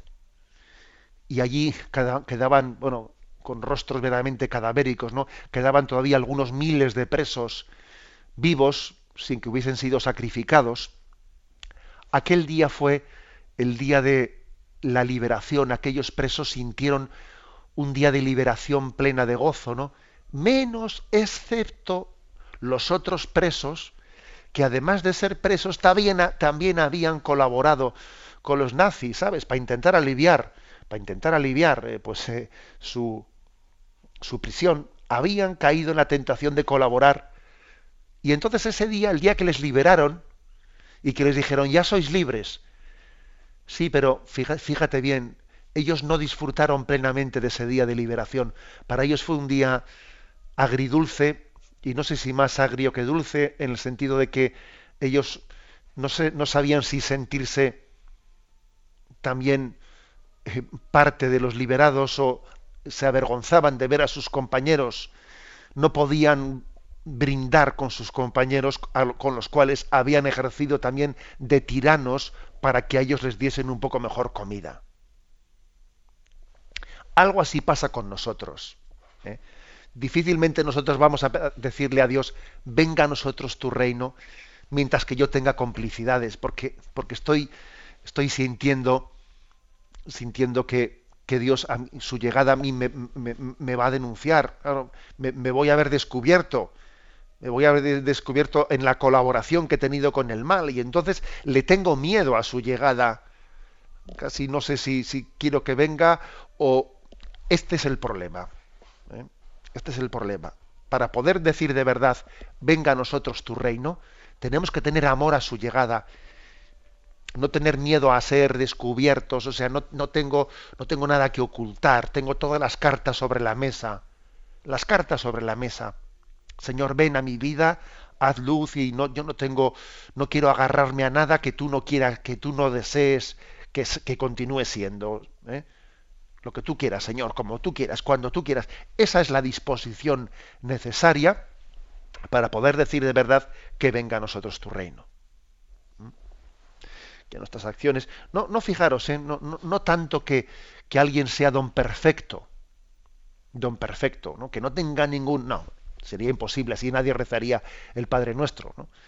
y allí quedaban, bueno, con rostros verdaderamente cadavéricos, ¿no? Quedaban todavía algunos miles de presos vivos, sin que hubiesen sido sacrificados. Aquel día fue el día de la liberación. Aquellos presos sintieron un día de liberación plena de gozo, ¿no? Menos excepto los otros presos, que además de ser presos también, también habían colaborado con los nazis, ¿sabes? Para intentar aliviar, para intentar aliviar eh, pues eh, su, su prisión, habían caído en la tentación de colaborar. Y entonces ese día, el día que les liberaron, y que les dijeron, ya sois libres. Sí, pero fíjate, fíjate bien, ellos no disfrutaron plenamente de ese día de liberación. Para ellos fue un día agridulce, y no sé si más agrio que dulce, en el sentido de que ellos no, sé, no sabían si sentirse también eh, parte de los liberados o se avergonzaban de ver a sus compañeros, no podían brindar con sus compañeros con los cuales habían ejercido también de tiranos para que a ellos les diesen un poco mejor comida. Algo así pasa con nosotros. ¿eh? Difícilmente nosotros vamos a decirle a Dios, venga a nosotros tu reino, mientras que yo tenga complicidades, porque, porque estoy, estoy sintiendo, sintiendo que, que Dios, a mí, su llegada a mí me, me, me va a denunciar, claro, me, me voy a ver descubierto, me voy a haber descubierto en la colaboración que he tenido con el mal, y entonces le tengo miedo a su llegada. Casi no sé si, si quiero que venga o... Este es el problema. ¿eh? Este es el problema. Para poder decir de verdad, venga a nosotros tu reino, tenemos que tener amor a su llegada, no tener miedo a ser descubiertos, o sea, no, no, tengo, no tengo nada que ocultar, tengo todas las cartas sobre la mesa, las cartas sobre la mesa. Señor, ven a mi vida, haz luz, y no, yo no tengo, no quiero agarrarme a nada que tú no quieras, que tú no desees que, que continúe siendo. ¿eh? Lo que tú quieras, Señor, como tú quieras, cuando tú quieras. Esa es la disposición necesaria para poder decir de verdad que venga a nosotros tu reino. ¿Mm? Que nuestras acciones, no, no fijaros, ¿eh? no, no, no tanto que, que alguien sea don perfecto, don perfecto, ¿no? Que no tenga ningún, no, sería imposible, así nadie rezaría el Padre Nuestro, ¿no?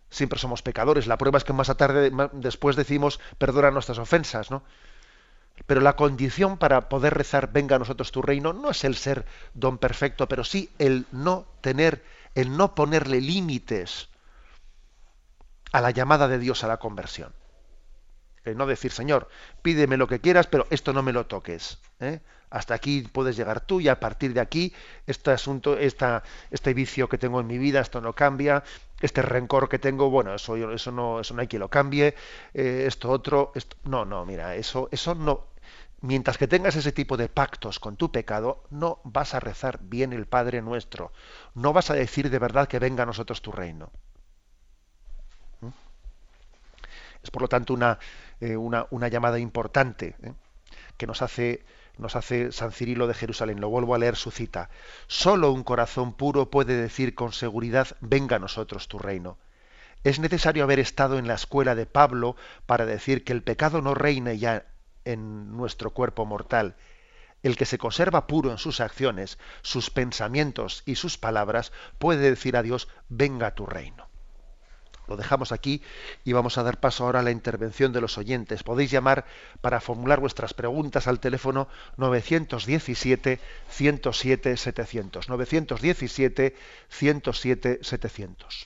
Siempre somos pecadores. La prueba es que más tarde, más después decimos, perdona nuestras ofensas, ¿no? Pero la condición para poder rezar, venga a nosotros tu reino, no es el ser don perfecto, pero sí el no tener, el no ponerle límites a la llamada de Dios a la conversión. El no decir, Señor, pídeme lo que quieras, pero esto no me lo toques, ¿eh? Hasta aquí puedes llegar tú y a partir de aquí, este asunto, esta, este vicio que tengo en mi vida, esto no cambia, este rencor que tengo, bueno, eso, eso, no, eso no hay quien lo cambie, eh, esto otro, esto, no, no, mira, eso, eso no. Mientras que tengas ese tipo de pactos con tu pecado, no vas a rezar bien el Padre Nuestro, no vas a decir de verdad que venga a nosotros tu reino. ¿Mm? Es por lo tanto una, eh, una, una llamada importante, ¿eh? que nos hace, nos hace San Cirilo de Jerusalén. Lo vuelvo a leer su cita. Solo un corazón puro puede decir con seguridad, venga a nosotros tu reino. Es necesario haber estado en la escuela de Pablo para decir que el pecado no reine ya en nuestro cuerpo mortal. El que se conserva puro en sus acciones, sus pensamientos y sus palabras puede decir a Dios, venga a tu reino. Lo dejamos aquí y vamos a dar paso ahora a la intervención de los oyentes. Podéis llamar para formular vuestras preguntas al teléfono nueve uno siete, ciento siete, setecientos. nueve uno siete, ciento siete, setecientos.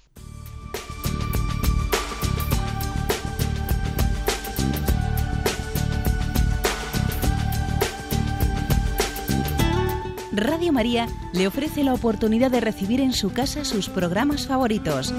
Radio María le ofrece la oportunidad de recibir en su casa sus programas favoritos.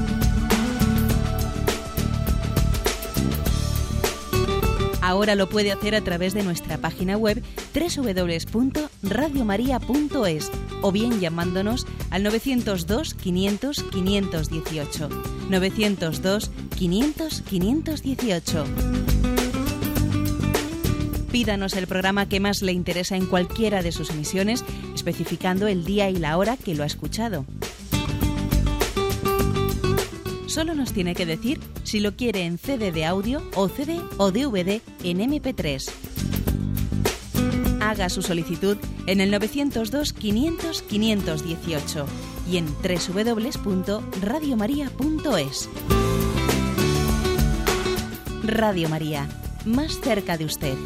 Ahora lo puede hacer a través de nuestra página web doble u doble u doble u punto radio maría punto es o bien llamándonos al novecientos dos, quinientos, quinientos dieciocho. novecientos dos, quinientos, quinientos dieciocho. Pídanos el programa que más le interesa en cualquiera de sus emisiones, especificando el día y la hora que lo ha escuchado. Solo nos tiene que decir si lo quiere en C D de audio o C D o D V D en eme pe tres. Haga su solicitud en el novecientos dos, quinientos, quinientos dieciocho y en doble u doble u doble u punto radio maría punto es. Radio María, más cerca de usted.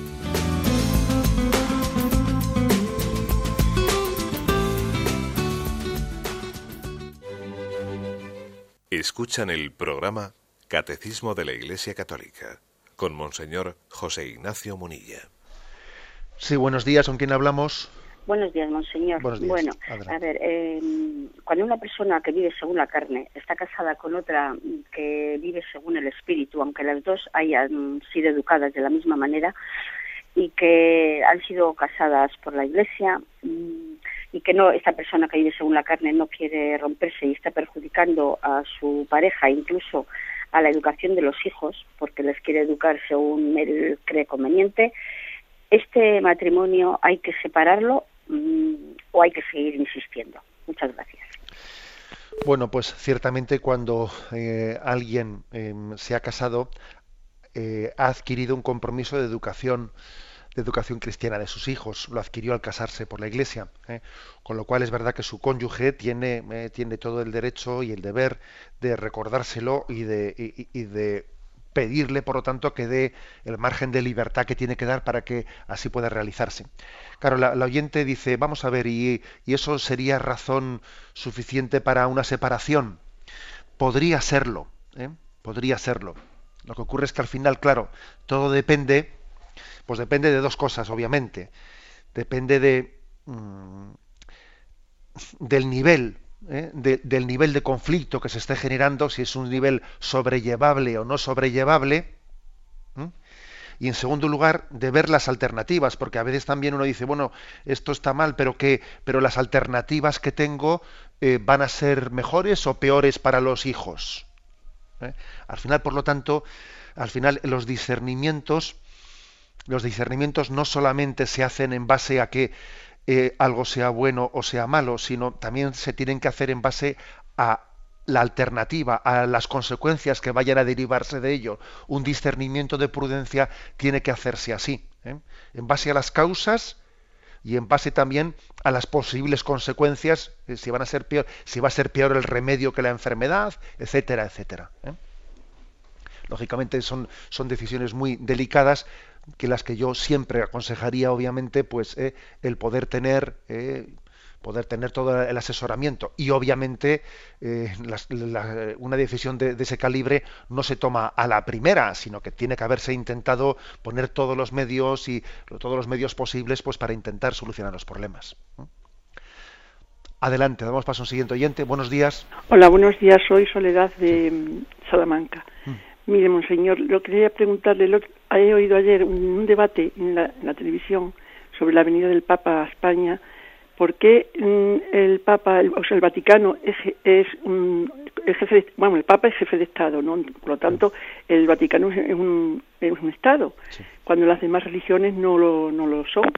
Escuchan el programa Catecismo de la Iglesia Católica con Monseñor José Ignacio Munilla. Sí, buenos días. ¿Con quién hablamos? Buenos días, monseñor. Buenos días. Bueno, Adelante. a ver, eh, cuando una persona que vive según la carne está casada con otra que vive según el espíritu, aunque las dos hayan sido educadas de la misma manera y que han sido casadas por la Iglesia, y que no, esta persona que vive según la carne no quiere romperse y está perjudicando a su pareja, incluso a la educación de los hijos, porque les quiere educar según él cree conveniente, ¿este matrimonio hay que separarlo mmm, o hay que seguir insistiendo? Muchas gracias. Bueno, pues ciertamente cuando eh, alguien eh, se ha casado, eh, ha adquirido un compromiso de educación de educación cristiana de sus hijos, lo adquirió al casarse por la Iglesia, ¿eh? Con lo cual es verdad que su cónyuge tiene, eh, tiene todo el derecho y el deber de recordárselo y de, y, y de pedirle, por lo tanto, que dé el margen de libertad que tiene que dar para que así pueda realizarse. Claro, la, la oyente dice, vamos a ver, ¿y, y eso sería razón suficiente para una separación? Podría serlo, ¿eh? Podría serlo. Lo que ocurre es que al final, claro, todo depende... Pues depende de dos cosas, obviamente. Depende de mmm, del nivel, ¿eh? de, del nivel de conflicto que se esté generando, si es un nivel sobrellevable o no sobrellevable. ¿eh? Y en segundo lugar, de ver las alternativas, porque a veces también uno dice, bueno, esto está mal, pero que, pero las alternativas que tengo eh, van a ser mejores o peores para los hijos. ¿eh? Al final, por lo tanto, al final los discernimientos Los discernimientos no solamente se hacen en base a que eh, algo sea bueno o sea malo, sino también se tienen que hacer en base a la alternativa, a las consecuencias que vayan a derivarse de ello. Un discernimiento de prudencia tiene que hacerse así, ¿eh? En base a las causas y en base también a las posibles consecuencias, eh, si van a ser peor, si va a ser peor el remedio que la enfermedad, etcétera, etcétera. ¿eh? Lógicamente son, son decisiones muy delicadas, que las que yo siempre aconsejaría, obviamente, pues eh, el poder tener eh, poder tener todo el asesoramiento, y obviamente eh, las, la, una decisión de, de ese calibre no se toma a la primera, sino que tiene que haberse intentado poner todos los medios y todos los medios posibles, pues para intentar solucionar los problemas. Adelante, damos paso a un siguiente oyente. Buenos días. Hola, buenos días. Soy Soledad de sí. Salamanca. Mm. Mire, monseñor, lo quería preguntarle, lo, he oído ayer un, un debate en la, en la televisión sobre la venida del Papa a España. ¿Por qué el Papa, el, o sea, el Vaticano es, es un el jefe de, bueno, el Papa es jefe de Estado, ¿no? Por lo tanto, el Vaticano es un, es un Estado, sí. Cuando las demás religiones no lo, no lo son.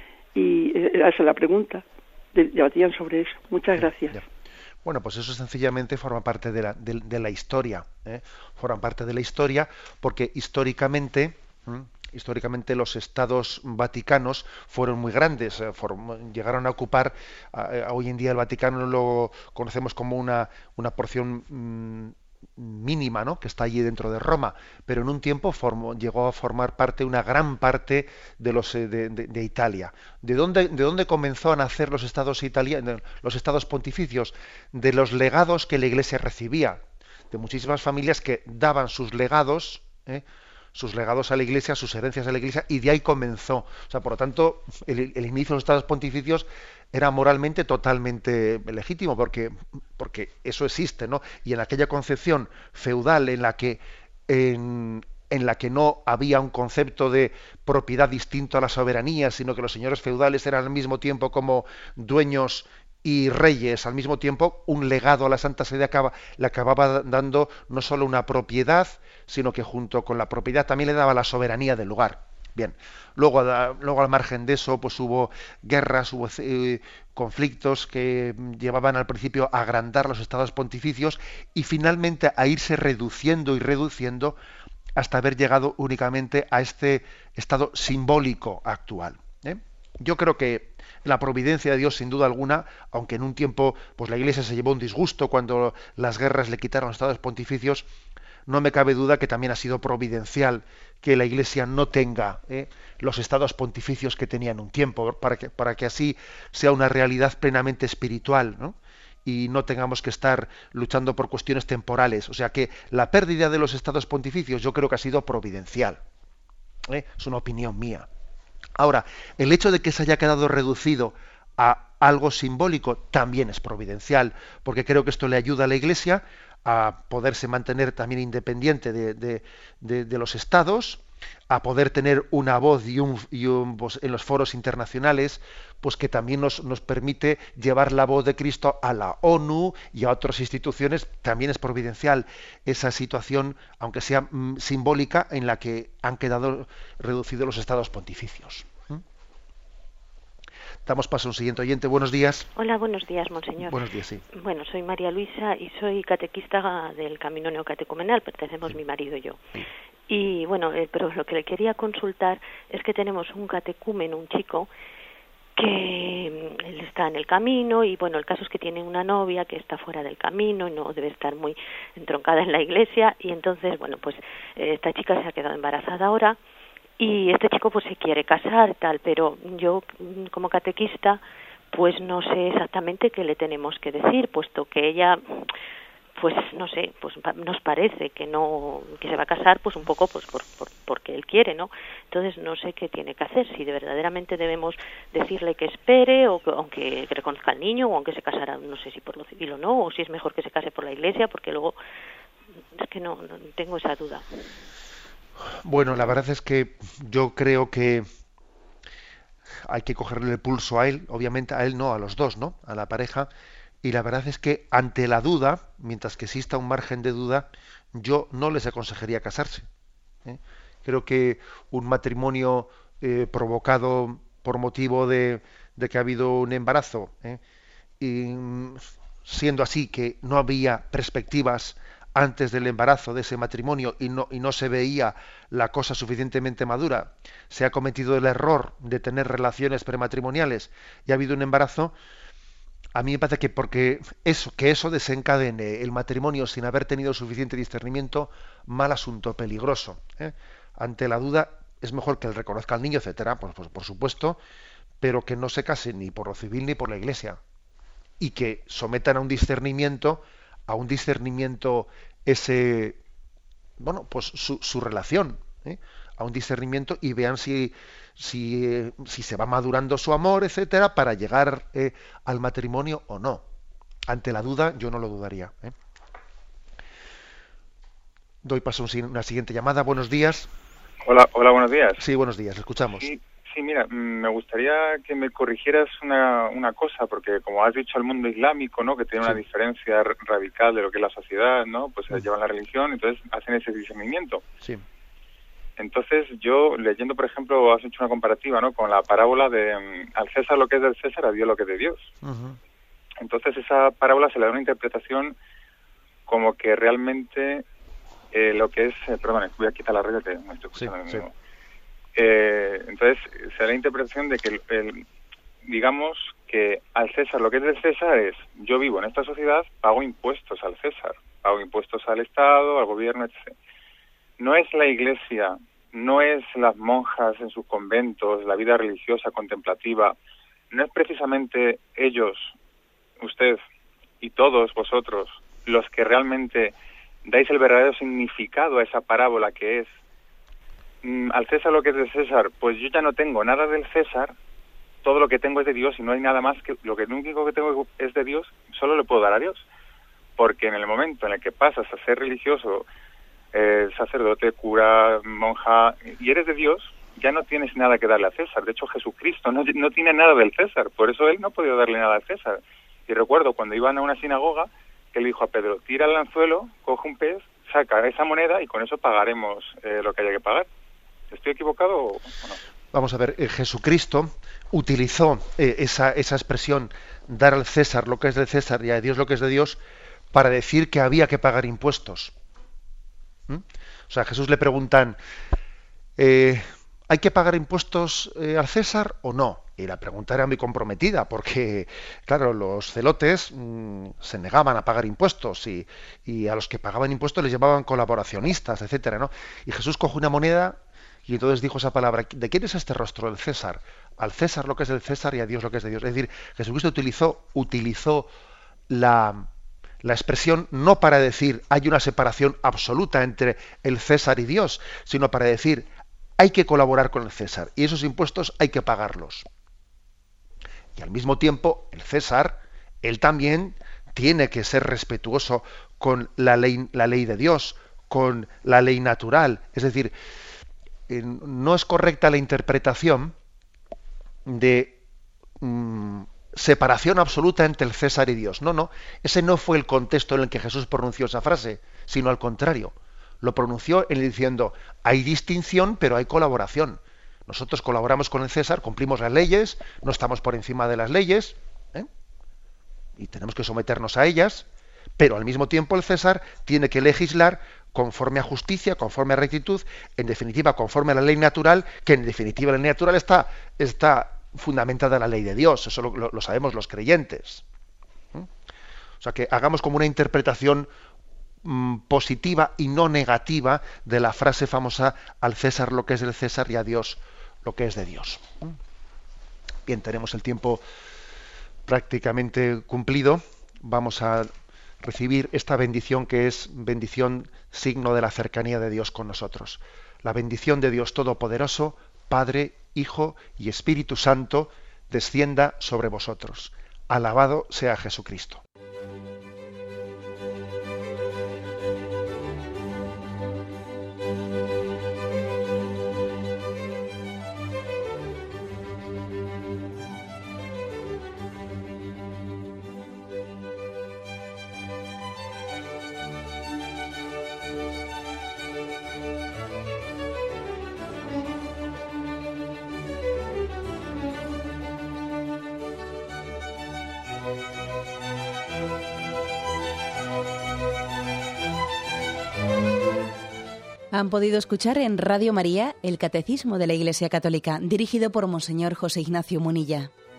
Y esa es la pregunta. Debatían sobre eso. Muchas gracias. Ya, ya. Bueno, pues eso sencillamente forma parte de la, de, de la historia. ¿eh? Forma parte de la historia porque históricamente... ¿eh? Históricamente los estados vaticanos fueron muy grandes, eh, form, llegaron a ocupar, eh, hoy en día el Vaticano lo conocemos como una, una porción mmm, mínima, ¿no? Que está allí dentro de Roma, pero en un tiempo formó, llegó a formar parte, una gran parte de los eh, de, de, de Italia. ¿De dónde, de dónde comenzó a nacer los estados italianos, los estados pontificios? De los legados que la Iglesia recibía, de muchísimas familias que daban sus legados, ¿eh? sus legados a la Iglesia, sus herencias a la Iglesia, y de ahí comenzó. O sea, por lo tanto, el, el inicio de los estados pontificios era moralmente totalmente legítimo, porque, porque eso existe, ¿no? Y en aquella concepción feudal en la que en, en la que no había un concepto de propiedad distinto a la soberanía, sino que los señores feudales eran al mismo tiempo como dueños y reyes, al mismo tiempo un legado a la Santa Sede acaba, le acababa dando no solo una propiedad, sino que junto con la propiedad también le daba la soberanía del lugar. Bien, luego, luego al margen de eso, pues hubo guerras, hubo eh, conflictos que llevaban al principio a agrandar los estados pontificios y finalmente a irse reduciendo y reduciendo hasta haber llegado únicamente a este estado simbólico actual. ¿eh? Yo creo que la providencia de Dios, sin duda alguna, aunque en un tiempo pues la Iglesia se llevó un disgusto cuando las guerras le quitaron los estados pontificios, no me cabe duda que también ha sido providencial que la Iglesia no tenga ¿eh? los estados pontificios que tenía en un tiempo, para que, para que así sea una realidad plenamente espiritual, ¿no? Y no tengamos que estar luchando por cuestiones temporales. O sea que la pérdida de los estados pontificios yo creo que ha sido providencial. ¿eh? Es una opinión mía. Ahora, el hecho de que se haya quedado reducido a algo simbólico también es providencial, porque creo que esto le ayuda a la Iglesia a poderse mantener también independiente de, de, de, de los estados, a poder tener una voz y un, y un pues, en los foros internacionales, pues que también nos, nos permite llevar la voz de Cristo a la ONU y a otras instituciones. También es providencial esa situación, aunque sea mm, simbólica, en la que han quedado reducidos los estados pontificios. ¿Mm? Damos paso a un siguiente oyente. Buenos días. Hola, buenos días, monseñor. Buenos días, sí. Bueno, soy María Luisa y soy catequista del Camino Neocatecumenal, pertenecemos sí. mi marido y yo. Sí. Y bueno, eh, pero lo que le quería consultar es que tenemos un catecúmeno, un chico, que él está en el camino y bueno, el caso es que tiene una novia que está fuera del camino y no debe estar muy entroncada en la iglesia y entonces, bueno, pues eh, esta chica se ha quedado embarazada ahora y este chico pues se quiere casar tal, pero yo como catequista pues no sé exactamente qué le tenemos que decir, puesto que ella pues no sé, pues nos parece que no que se va a casar pues un poco pues por, por porque él quiere, ¿no? Entonces no sé qué tiene que hacer, si de verdaderamente debemos decirle que espere o que, aunque reconozca al niño o aunque se casara, no sé si por lo civil o no, o si es mejor que se case por la iglesia, porque luego es que no, no tengo esa duda. Bueno, la verdad es que yo creo que hay que cogerle el pulso a él, obviamente a él no, a los dos, ¿no? A la pareja. Y la verdad es que ante la duda, mientras que exista un margen de duda, yo no les aconsejaría casarse. ¿eh? Creo que un matrimonio eh, provocado por motivo de, de que ha habido un embarazo, ¿eh? y siendo así que no había perspectivas antes del embarazo de ese matrimonio y no, y no se veía la cosa suficientemente madura, se ha cometido el error de tener relaciones prematrimoniales y ha habido un embarazo, a mí me parece que porque eso, que eso desencadene el matrimonio sin haber tenido suficiente discernimiento, mal asunto, peligroso. ¿eh? Ante la duda, es mejor que él reconozca al niño, etcétera, pues, pues por supuesto, pero que no se case ni por lo civil ni por la Iglesia. Y que sometan a un discernimiento, a un discernimiento ese, bueno, pues su, su relación, ¿eh? a un discernimiento y vean si si, eh, si se va madurando su amor, etcétera, para llegar eh, al matrimonio o no. Ante la duda, yo no lo dudaría. ¿eh? Doy paso a una siguiente llamada. Buenos días. Hola, hola, buenos días. Sí, buenos días, escuchamos. Sí, sí, mira, me gustaría que me corrigieras una, una cosa, porque como has dicho, el mundo islámico, ¿no?, que tiene sí. una diferencia radical de lo que es la sociedad, ¿no?, pues se llevan la religión, entonces hacen ese discernimiento. Sí. Entonces yo, leyendo, por ejemplo, has hecho una comparativa, ¿no?, con la parábola de um, al César lo que es del César, a Dios lo que es de Dios. Uh-huh. Entonces esa parábola se le da una interpretación como que realmente eh, lo que es... Eh, perdón, voy a quitar la regla que me estoy escuchando. Sí, sí. Eh, entonces se da la interpretación de que, el, el, digamos, que al César lo que es del César es, yo vivo en esta sociedad, pago impuestos al César, pago impuestos al Estado, al gobierno, etcétera. No es la Iglesia, no es las monjas en sus conventos, la vida religiosa, contemplativa, no es precisamente ellos, usted y todos vosotros, los que realmente dais el verdadero significado a esa parábola que es mm, al César lo que es de César, pues yo ya no tengo nada del César, todo lo que tengo es de Dios y no hay nada más que lo que lo único que tengo es de Dios, solo le puedo dar a Dios, porque en el momento en el que pasas a ser religioso, Eh, sacerdote, cura, monja, y eres de Dios, ya no tienes nada que darle a César. De hecho, Jesucristo no, no tiene nada del César, por eso él no ha podido darle nada al César. Y recuerdo cuando iban a una sinagoga que le dijo a Pedro, tira el anzuelo, coge un pez, saca esa moneda y con eso pagaremos eh, lo que haya que pagar. ¿Estoy equivocado o no? Vamos a ver, eh, Jesucristo utilizó eh, esa, esa expresión, dar al César lo que es del César y a Dios lo que es de Dios, para decir que había que pagar impuestos. O sea, a Jesús le preguntan, eh, ¿hay que pagar impuestos eh, al César o no? Y la pregunta era muy comprometida, porque, claro, los celotes mmm, se negaban a pagar impuestos y, y a los que pagaban impuestos les llamaban colaboracionistas, etcétera, ¿no? Y Jesús coge una moneda y entonces dijo esa palabra, ¿de quién es este rostro? Del César. Al César lo que es del César y a Dios lo que es de Dios. Es decir, Jesucristo utilizó, utilizó la... la expresión no para decir hay una separación absoluta entre el César y Dios, sino para decir hay que colaborar con el César y esos impuestos hay que pagarlos. Y al mismo tiempo el César, él también tiene que ser respetuoso con la ley, la ley de Dios, con la ley natural. Es decir, eh, no es correcta la interpretación de... Mmm, separación absoluta entre el César y Dios. No, no, ese no fue el contexto en el que Jesús pronunció esa frase, sino al contrario. Lo pronunció en diciendo, hay distinción, pero hay colaboración. Nosotros colaboramos con el César, cumplimos las leyes, no estamos por encima de las leyes, ¿eh? y tenemos que someternos a ellas, pero al mismo tiempo el César tiene que legislar conforme a justicia, conforme a rectitud, en definitiva, conforme a la ley natural, que en definitiva la ley natural está... está fundamentada la ley de Dios, eso lo, lo, lo sabemos los creyentes. ¿Mm? O sea que hagamos como una interpretación mm, positiva y no negativa de la frase famosa al César lo que es del César y a Dios lo que es de Dios. ¿Mm? Bien, tenemos el tiempo prácticamente cumplido. Vamos a recibir esta bendición que es bendición signo de la cercanía de Dios con nosotros. La bendición de Dios Todopoderoso, Padre, Hijo y Espíritu Santo, descienda sobre vosotros. Alabado sea Jesucristo. Han podido escuchar en Radio María el Catecismo de la Iglesia Católica, dirigido por Monseñor José Ignacio Munilla.